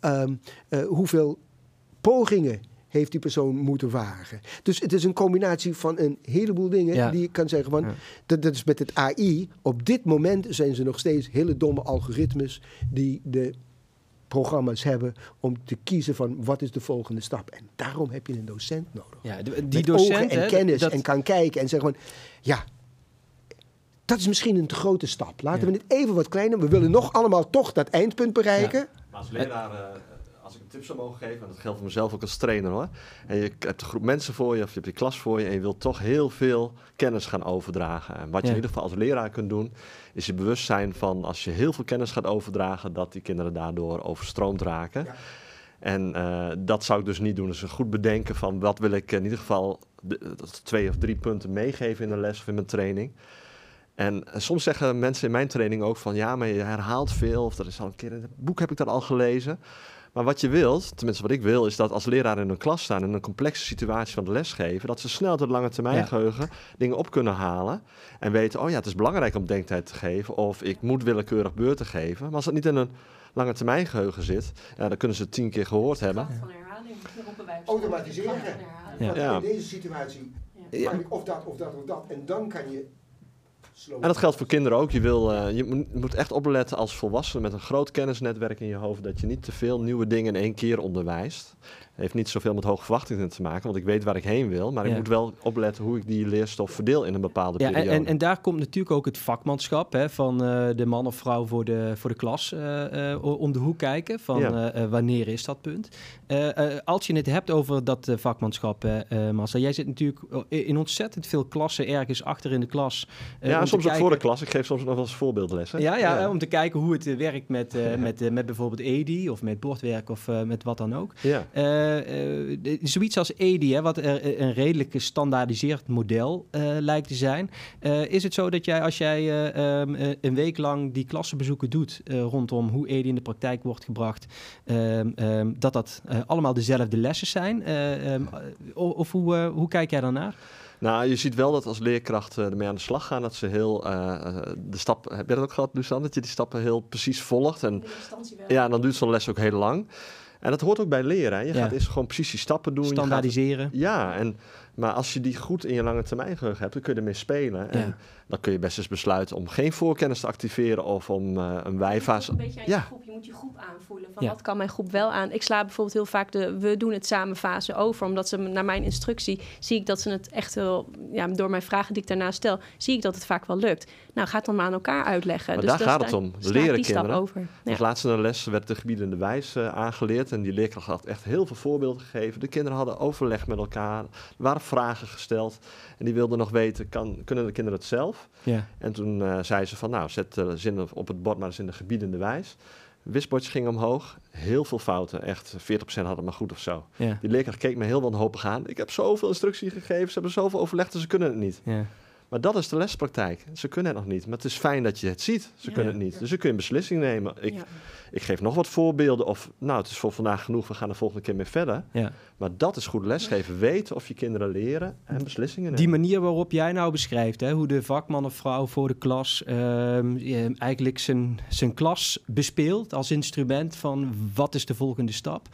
Hoeveel pogingen heeft die persoon moeten wagen? Dus het is een combinatie van een heleboel dingen die je kan zeggen van, dat is met het AI. Op dit moment zijn ze nog steeds hele domme algoritmes die de programma's hebben om te kiezen van wat is de volgende stap. En daarom heb je een docent nodig. Ja, die met docent ogen en kennis en kan kijken en zeggen van, ja, dat is misschien een te grote stap. Laten we het even wat kleiner. We willen nog allemaal toch dat eindpunt bereiken. Ja. Maar als leraar, als ik een tip zou mogen geven, en dat geldt voor mezelf ook als trainer hoor. En je hebt een groep mensen voor je, of je hebt die klas voor je, en je wilt toch heel veel kennis gaan overdragen. En wat je in ieder geval als leraar kunt doen, is je bewust zijn van als je heel veel kennis gaat overdragen, dat die kinderen daardoor overstroomd raken. Ja. En dat zou ik dus niet doen. Dus goed bedenken van wat wil ik in ieder geval 2 of 3 punten meegeven in de les of in mijn training. En soms zeggen mensen in mijn training ook van ja, maar je herhaalt veel. Of dat is al een keer in het boek heb ik dat al gelezen. Maar wat je wilt, tenminste wat ik wil, is dat als leraar in een klas staan in een complexe situatie van de les geven, dat ze snel tot lange termijn geheugen dingen op kunnen halen. En weten, oh ja, het is belangrijk om denktijd te geven. Of ik moet willekeurig beurten geven. Maar als dat niet in een lange termijn geheugen zit, dan kunnen ze het 10 keer gehoord hebben. Van herhaling, roepen wij automatiseren. Ja. In deze situatie of dat. En dan kan je. En dat geldt voor kinderen ook. Je moet echt opletten als volwassene met een groot kennisnetwerk in je hoofd, dat je niet te veel nieuwe dingen in één keer onderwijst. Het heeft niet zoveel met hoge verwachtingen te maken, want ik weet waar ik heen wil. Maar ik moet wel opletten hoe ik die leerstof verdeel in een bepaalde periode. En daar komt natuurlijk ook het vakmanschap van de man of vrouw voor de klas om de hoek kijken. Van wanneer is dat punt? Als je het hebt over dat vakmanschap, Marcel, jij zit natuurlijk in ontzettend veel klassen ergens achter in de klas. Soms ook voor de klas. Ik geef soms nog wel eens voorbeeldlessen. Om te kijken hoe het werkt met bijvoorbeeld EDI of met bordwerk of met wat dan ook. Ja. Zoiets als EDI, wat een redelijk gestandaardiseerd model lijkt te zijn. Is het zo dat jij, als jij een week lang die klassenbezoeken doet rondom hoe EDI in de praktijk wordt gebracht, dat allemaal dezelfde lessen zijn? Of hoe kijk jij daarnaar? Nou, je ziet wel dat als leerkrachten ermee aan de slag gaan, dat ze heel de stap. Heb je dat ook gehad, Lucian? Dat je die stappen heel precies volgt. En dan duurt zo'n les ook heel lang. En dat hoort ook bij leren. Hè? Je gaat eerst gewoon precies die stappen doen. Standaardiseren. Maar als je die goed in je lange termijn geheugen hebt, dan kun je ermee spelen. En dan kun je best eens besluiten om geen voorkennis te activeren of om een wijfase. Een beetje aan je groep. Je moet je groep aanvoelen. Van wat kan mijn groep wel aan? Ik sla bijvoorbeeld heel vaak we doen het samen fase over. Omdat ze naar mijn instructie zie ik dat ze het echt wel, door mijn vragen die ik daarna stel, zie ik dat het vaak wel lukt. Nou, ga het dan maar aan elkaar uitleggen. Maar dus daar gaat het om. Leren kinderen. Over. Ja. Dus laatst in een les werd de gebiedende wijs aangeleerd. En die leerkracht had echt heel veel voorbeelden gegeven. De kinderen hadden overleg met elkaar. Er waren vragen gesteld. En die wilden nog weten, kunnen de kinderen het zelf? Ja. En toen zei ze van, zet de zinnen op het bord maar eens in de gebiedende wijs. Wisbordjes gingen omhoog. Heel veel fouten. Echt 40% hadden het maar goed of zo. Ja. Die leerkracht keek me heel wanhopig aan. Ik heb zoveel instructie gegeven. Ze hebben zoveel overlegd, dus ze kunnen het niet. Ja. Maar dat is de lespraktijk. Ze kunnen het nog niet. Maar het is fijn dat je het ziet. Ze kunnen het niet. Dus dan kun je een beslissing nemen. Ik geef nog wat voorbeelden. Of, nou, het is voor vandaag genoeg. We gaan de volgende keer mee verder. Ja. Maar dat is goed lesgeven. Weten of je kinderen leren en beslissingen nemen. Die manier waarop jij nou beschrijft, hè, hoe de vakman of vrouw voor de klas eigenlijk zijn klas bespeelt als instrument van wat is de volgende stap.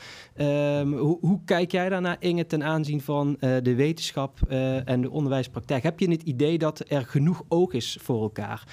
Hoe kijk jij daarnaar, Inge, ten aanzien van de wetenschap en de onderwijspraktijk? Heb je het idee dat er genoeg oog is voor elkaar?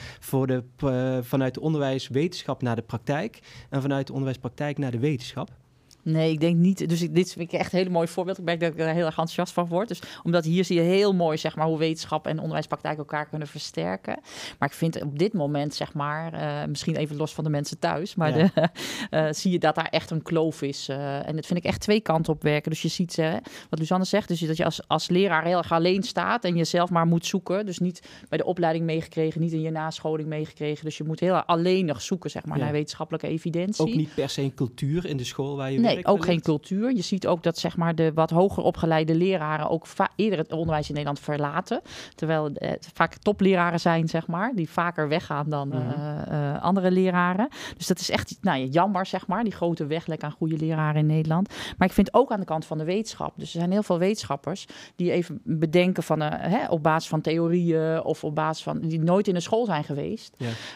Vanuit de onderwijswetenschap naar de praktijk en vanuit de onderwijspraktijk naar de wetenschap? Nee, ik denk niet. Dus dit vind ik echt een hele mooi voorbeeld. Ik merk dat ik er heel erg enthousiast van word. Dus omdat hier zie je heel mooi, zeg maar, hoe wetenschap en onderwijspraktijk elkaar kunnen versterken. Maar ik vind op dit moment, zeg maar, misschien even los van de mensen thuis, maar zie je dat daar echt een kloof is. En dat vind ik echt twee kanten op werken. Dus je ziet, wat Luzanne zegt, dus dat je als leraar heel erg alleen staat en jezelf maar moet zoeken. Dus niet bij de opleiding meegekregen, niet in je nascholing meegekregen. Dus je moet heel alleenig zoeken, zeg maar, naar wetenschappelijke evidentie. Ook niet per se een cultuur in de school waar je Nee, ook geen cultuur. Je ziet ook dat, zeg maar, de wat hoger opgeleide leraren ook eerder het onderwijs in Nederland verlaten. Terwijl het vaak topleraren zijn, zeg maar, die vaker weggaan dan andere leraren. Dus dat is echt jammer, zeg maar, die grote weglek aan goede leraren in Nederland. Maar ik vind ook aan de kant van de wetenschap. Dus er zijn heel veel wetenschappers die even bedenken van op basis van theorieën of op basis van die nooit in een school zijn geweest.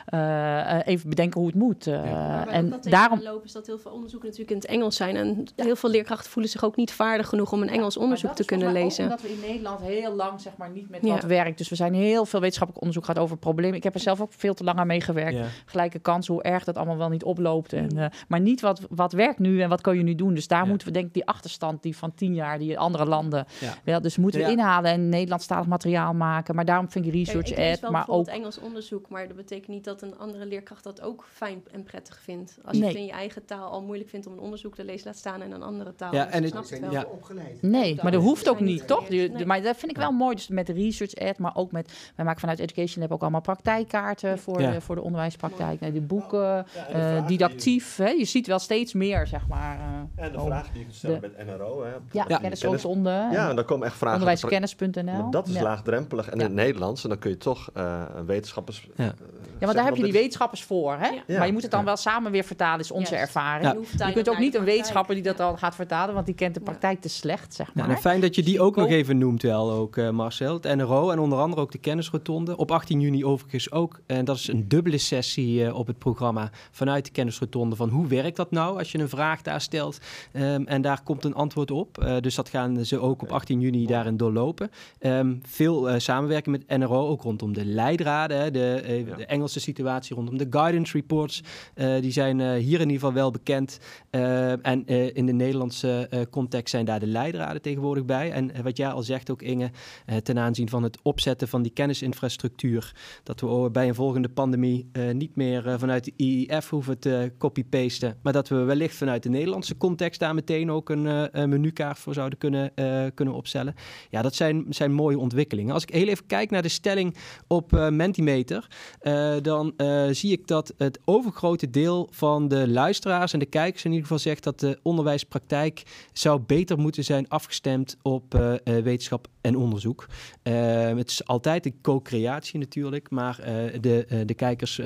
Ja. Even bedenken hoe het moet. En daarom lopen is dat heel veel onderzoeken natuurlijk in het Engels zijn. En heel veel leerkrachten voelen zich ook niet vaardig genoeg om een Engels onderzoek te kunnen lezen. Omdat we in Nederland heel lang, zeg maar, niet met wat werkt. Dus we zijn heel veel wetenschappelijk onderzoek gehad over problemen. Ik heb er zelf ook veel te lang aan meegewerkt. Ja. Gelijke kansen, hoe erg dat allemaal wel niet oploopt. En, maar niet wat werkt nu en wat kan je nu doen. Dus daar moeten we, denk ik, die achterstand die van 10 jaar, die andere landen wel. Dus moeten we inhalen en Nederlandstalig materiaal maken. Maar daarom vind ik research ad, maar ook Engels onderzoek. Maar dat betekent niet dat een andere leerkracht dat ook fijn en prettig vindt. Als je het in je eigen taal al moeilijk vindt om een onderzoek te lezen, laat staan in een andere taal. Ja, en het het wel. Opgeleid. Nee, maar dat hoeft ook niet, toch? Maar dat vind ik wel mooi. Dus met de research ad, maar ook met... Wij maken vanuit Education Lab ook allemaal praktijkkaarten voor de onderwijspraktijk. Die boeken, didactief. Hè? Je ziet wel steeds meer, zeg maar. En de vraag die ik stel met NRO. Hè, kennisrotonde. Ja, en dan komen echt vragen. Onderwijskennis.nl. Dat is laagdrempelig. En in het Nederlands, en dan kun je toch wetenschappers... Ja, maar daar heb je die wetenschappers voor, hè? Ja. Maar je moet het dan wel samen weer vertalen, is onze ervaring. Ja. Je kunt ook niet een wetenschapper die dat dan gaat vertalen, want die kent de praktijk te slecht, zeg maar. Ja, fijn dat je die ook nog even noemt wel, ook Marcel. Het NRO en onder andere ook de kennisrotonde. Op 18 juni overigens ook. En dat is een dubbele sessie op het programma vanuit de kennisrotonde van hoe werkt dat nou als je een vraag daar stelt en daar komt een antwoord op. Dus dat gaan ze ook op 18 juni daarin doorlopen. Veel samenwerking met NRO, ook rondom de leidraden, hè, de Engelse situatie rondom de guidance reports. Die zijn hier in ieder geval wel bekend. En in de Nederlandse context zijn daar de leidraden tegenwoordig bij. En wat jij al zegt ook, Inge, ten aanzien van het opzetten van die kennisinfrastructuur, dat we bij een volgende pandemie niet meer vanuit de IIF hoeven te copy-pasten, maar dat we wellicht vanuit de Nederlandse context daar meteen ook een menukaart voor zouden kunnen opstellen. Ja, dat zijn mooie ontwikkelingen. Als ik heel even kijk naar de stelling op Mentimeter, dan zie ik dat het overgrote deel van de luisteraars en de kijkers in ieder geval zegt dat de onderwijspraktijk zou beter moeten zijn afgestemd op wetenschap en onderzoek. Het is altijd een co-creatie natuurlijk, maar de kijkers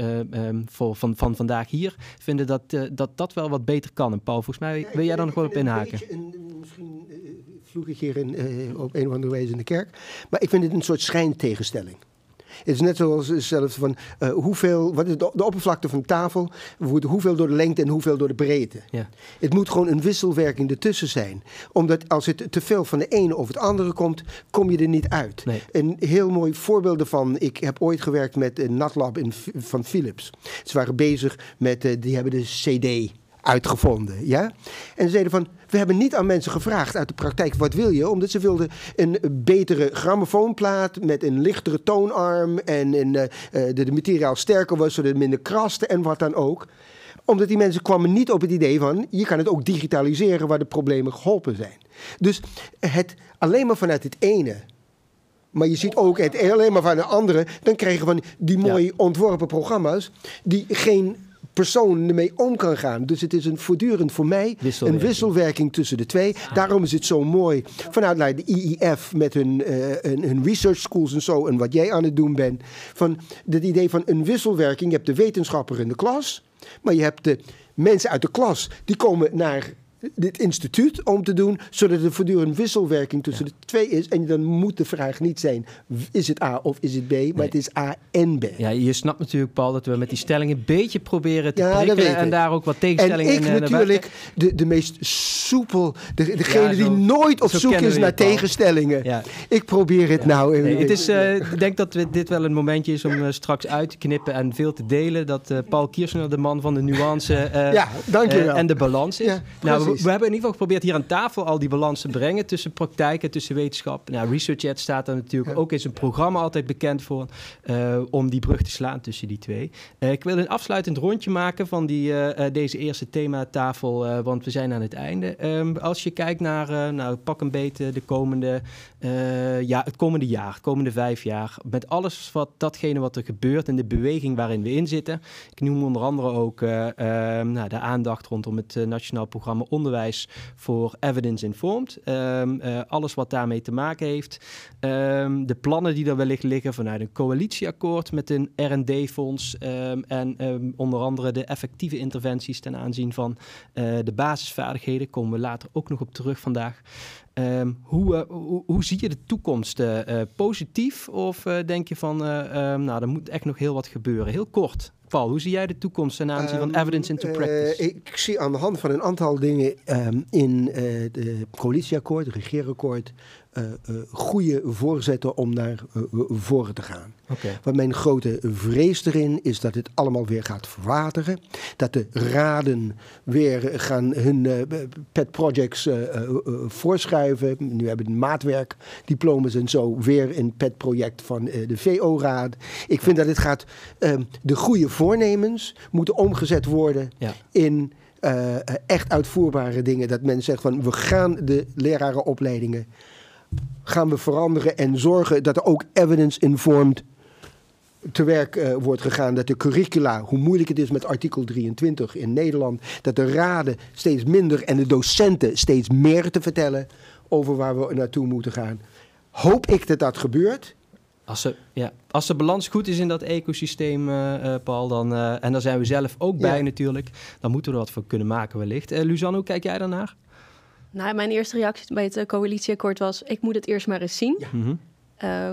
van vandaag hier vinden dat wel wat beter kan. En Paul, volgens mij wil jij daar nog wel op inhaken. Misschien vloek ik hier op een of andere wijze in de kerk, maar ik vind het een soort schijntegenstelling. Het is net zoals zelfs van wat is de oppervlakte van de tafel, hoeveel door de lengte en hoeveel door de breedte. Ja. Het moet gewoon een wisselwerking ertussen zijn. Omdat als het te veel van de ene of het andere komt, kom je er niet uit. Nee. Een heel mooi voorbeeld daarvan, ik heb ooit gewerkt met een NatLab van Philips. Ze waren bezig met, die hebben de CD uitgevonden, ja? En ze zeiden van, we hebben niet aan mensen gevraagd uit de praktijk, wat wil je? Omdat ze wilden een betere grammofoonplaat met een lichtere toonarm en de materiaal sterker was, zodat het minder kraste en wat dan ook. Omdat die mensen kwamen niet op het idee van, je kan het ook digitaliseren waar de problemen geholpen zijn. Dus het alleen maar vanuit het ene, maar je ziet ook het alleen maar van de andere, dan krijgen we die mooi ontworpen programma's die geen persoon ermee om kan gaan. Dus het is voortdurend voor mij een wisselwerking tussen de twee. Daarom is het zo mooi vanuit de IEF met hun research schools en zo en wat jij aan het doen bent. Van het idee van een wisselwerking. Je hebt de wetenschapper in de klas, maar je hebt de mensen uit de klas die komen naar dit instituut om te doen, zodat er voortdurend wisselwerking tussen de twee is. En dan moet de vraag niet zijn, is het A of is het B, maar het is A en B. Ja, je snapt natuurlijk, Paul, dat we met die stellingen een beetje proberen te prikken en daar ook wat tegenstellingen in. En ik natuurlijk, de meest soepel, degene die nooit op zoek is naar tegenstellingen. Ja. Ik probeer het nou. Ik denk dat dit wel een momentje is om straks uit te knippen en veel te delen. Dat Paul Kirchner de man van de nuance en de balans is. Ja, nou, we hebben in ieder geval geprobeerd hier aan tafel al die balans te brengen tussen praktijk en tussen wetenschap. Nou, ResearchEd staat er natuurlijk ook in zijn programma altijd bekend voor om die brug te slaan tussen die twee. Ik wil een afsluitend rondje maken van deze eerste thematafel, want we zijn aan het einde. Als je kijkt naar pak een beetje het komende jaar, het komende 5 jaar, met alles datgene wat er gebeurt en de beweging waarin we in zitten. Ik noem onder andere ook de aandacht rondom het Nationaal Programma Onderwijs voor Evidence Informed. Alles wat daarmee te maken heeft. De plannen die er wellicht liggen vanuit een coalitieakkoord met een R&D-fonds en onder andere de effectieve interventies ten aanzien van de basisvaardigheden. Komen we later ook nog op terug vandaag. Hoe zie je de toekomst? Positief of denk je van, er moet echt nog heel wat gebeuren? Heel kort. Paul, hoe zie jij de toekomst ten aanzien van evidence into practice? Ik zie aan de hand van een aantal dingen in het coalitieakkoord, het regeerakkoord, goede voorzetten om naar voren te gaan. Okay. Want mijn grote vrees erin is dat het allemaal weer gaat verwateren. Dat de raden weer gaan hun pet projects voorschuiven. Nu hebben we maatwerkdiplomas en zo weer een pet project van de VO-raad. Ik vind dat het gaat, de goede voornemens moeten omgezet worden in echt uitvoerbare dingen. Dat men zegt van we gaan de lerarenopleidingen gaan we veranderen en zorgen dat er ook evidence-informed te werk wordt gegaan. Dat de curricula, hoe moeilijk het is met artikel 23 in Nederland, dat de raden steeds minder en de docenten steeds meer te vertellen over waar we naartoe moeten gaan. Hoop ik dat dat gebeurt. Als de balans goed is in dat ecosysteem, Paul, dan, en daar zijn we zelf ook bij natuurlijk, dan moeten we er wat voor kunnen maken wellicht. Luzanne, hoe kijk jij daarnaar? Nou, mijn eerste reactie bij het coalitieakkoord was, ik moet het eerst maar eens zien. Ja.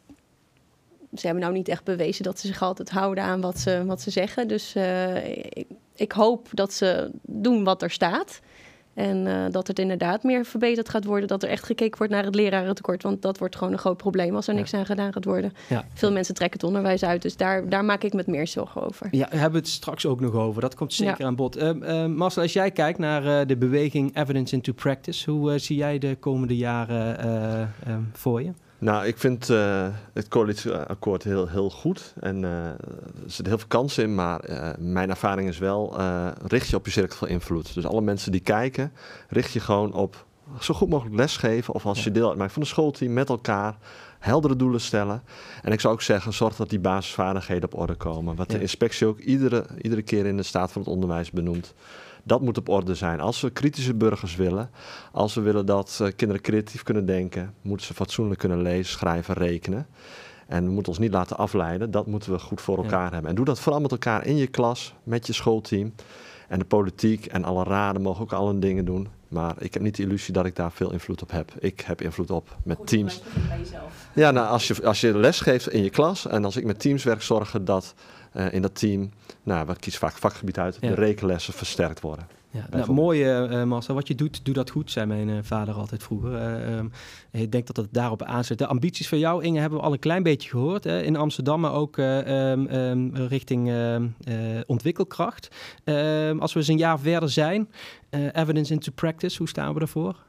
Ze hebben nou niet echt bewezen dat ze zich altijd houden aan wat ze zeggen. Dus ik hoop dat ze doen wat er staat. En dat het inderdaad meer verbeterd gaat worden. Dat er echt gekeken wordt naar het lerarentekort. Want dat wordt gewoon een groot probleem als er niks aan gedaan gaat worden. Ja. Veel mensen trekken het onderwijs uit. Dus daar maak ik me het meer zorgen over. Ja, daar hebben we het straks ook nog over. Dat komt zeker aan bod. Marcel, als jij kijkt naar de beweging Evidence into Practice. Hoe zie jij de komende jaren voor je? Nou, ik vind het coalitieakkoord heel goed. En er zitten heel veel kansen in. Maar mijn ervaring is wel, richt je op je cirkel van invloed. Dus alle mensen die kijken, richt je gewoon op zo goed mogelijk lesgeven. Of als je deel uitmaakt van een schoolteam met elkaar, heldere doelen stellen. En ik zou ook zeggen, zorg dat die basisvaardigheden op orde komen. Wat de inspectie ook iedere keer in de staat van het onderwijs benoemt. Dat moet op orde zijn. Als we kritische burgers willen, als we willen dat kinderen creatief kunnen denken, moeten ze fatsoenlijk kunnen lezen, schrijven, rekenen. En we moeten ons niet laten afleiden. Dat moeten we goed voor elkaar hebben. En doe dat vooral met elkaar in je klas, met je schoolteam. En de politiek en alle raden mogen ook al hun dingen doen. Maar ik heb niet de illusie dat ik daar veel invloed op heb. Ik heb invloed op met teams. Ja, nou, als je les geeft in je klas en als ik met teams werk, zorgen dat in dat team, we kiezen vaak vakgebied uit, de rekenlessen versterkt worden. Ja, mooi, Marcel. Wat je doet, doe dat goed, zei mijn vader altijd vroeger. Ik denk dat het daarop aanzet. De ambities van jou, Inge, hebben we al een klein beetje gehoord. In Amsterdam, maar ook richting ontwikkelkracht. Als we eens een jaar verder zijn, evidence into practice, hoe staan we ervoor?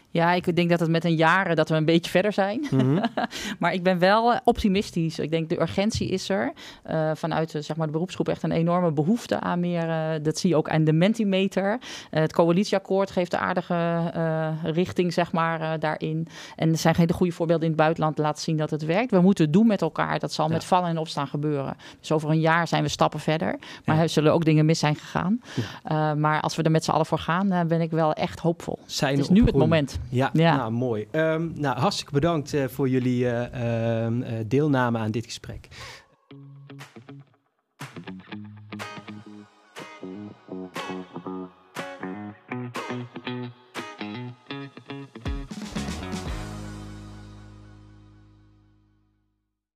Ja, ik denk dat het met een jaren dat we een beetje verder zijn. Maar ik ben wel optimistisch. Ik denk de urgentie is er. Vanuit zeg maar de beroepsgroep echt een enorme behoefte aan meer. Dat zie je ook aan de Mentimeter. Het coalitieakkoord geeft een aardige richting zeg maar daarin. En er zijn hele goede voorbeelden in het buitenland laten zien dat het werkt. We moeten het doen met elkaar. Dat zal met vallen en opstaan gebeuren. Dus over een jaar zijn we stappen verder. Maar er zullen ook dingen mis zijn gegaan. Maar als we er met z'n allen voor gaan, ben ik wel echt hoopvol. Het is nu het moment. Ja, nou mooi. Hartstikke bedankt voor jullie deelname aan dit gesprek.